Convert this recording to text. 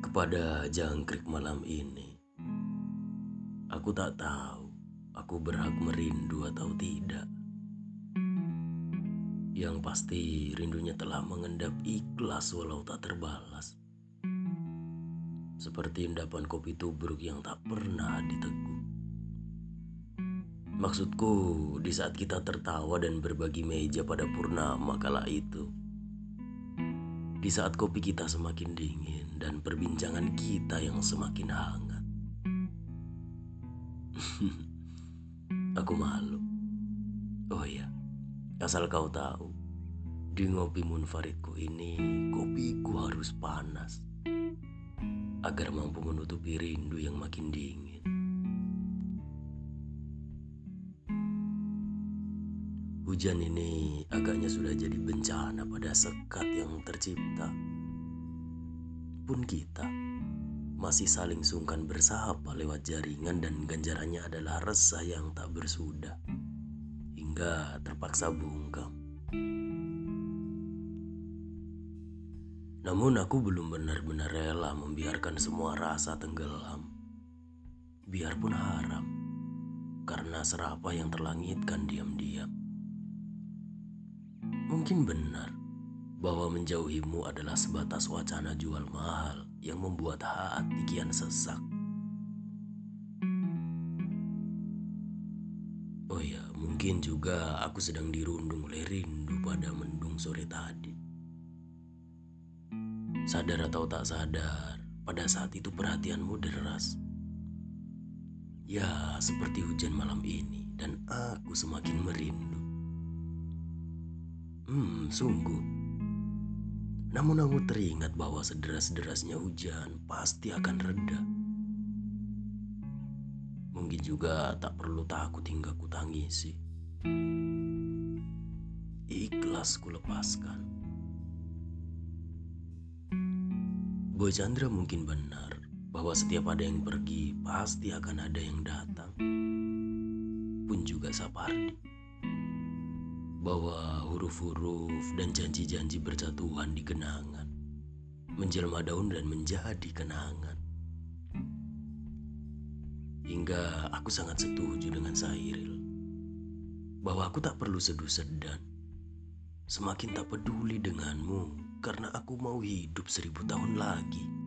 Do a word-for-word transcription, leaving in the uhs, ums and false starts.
Kepada jangkrik malam ini, aku tak tahu aku berhak merindu atau tidak. Yang pasti rindunya telah mengendap ikhlas walau tak terbalas. Seperti endapan kopi tubruk yang tak pernah diteguk. Maksudku, di saat kita tertawa dan berbagi meja pada purnama kala itu. Di saat kopi kita semakin dingin dan perbincangan kita yang semakin hangat. Aku malu. Oh iya, asal kau tahu, di ngopi munfaridku ini kopiku harus panas agar mampu menutupi rindu yang makin dingin. Hujan ini agaknya sudah jadi bencana pada sekat yang tercipta. Pun kita masih saling sungkan bersapa lewat jaringan dan ganjarannya adalah resah yang tak bersudah hingga terpaksa bungkam. Namun aku belum benar-benar rela membiarkan semua rasa tenggelam. Biarpun haram, karena serapa yang terlangitkan diam-diam. Mungkin benar bahwa menjauhimu adalah sebatas wacana jual mahal yang membuat hati kian sesak. Oh ya, mungkin juga aku sedang dirundung oleh rindu pada mendung sore tadi. Sadar atau tak sadar, pada saat itu perhatianmu deras. Ya, seperti hujan malam ini, dan aku semakin merindu. Hmm, sungguh. Namun aku teringat bahwa sederas-derasnya hujan pasti akan reda. Mungkin juga tak perlu takut hingga ku tangisi. Ikhlas ku lepaskan. Boy Chandra mungkin benar bahwa setiap ada yang pergi pasti akan ada yang datang. Pun juga Sapardi, bahwa huruf-huruf dan janji-janji berjatuhan di genangan, menjelma daun dan menjadi kenangan. Hingga aku sangat setuju dengan Sairil, bahwa aku tak perlu seduh sedan, semakin tak peduli denganmu, karena aku mau hidup seribu tahun lagi.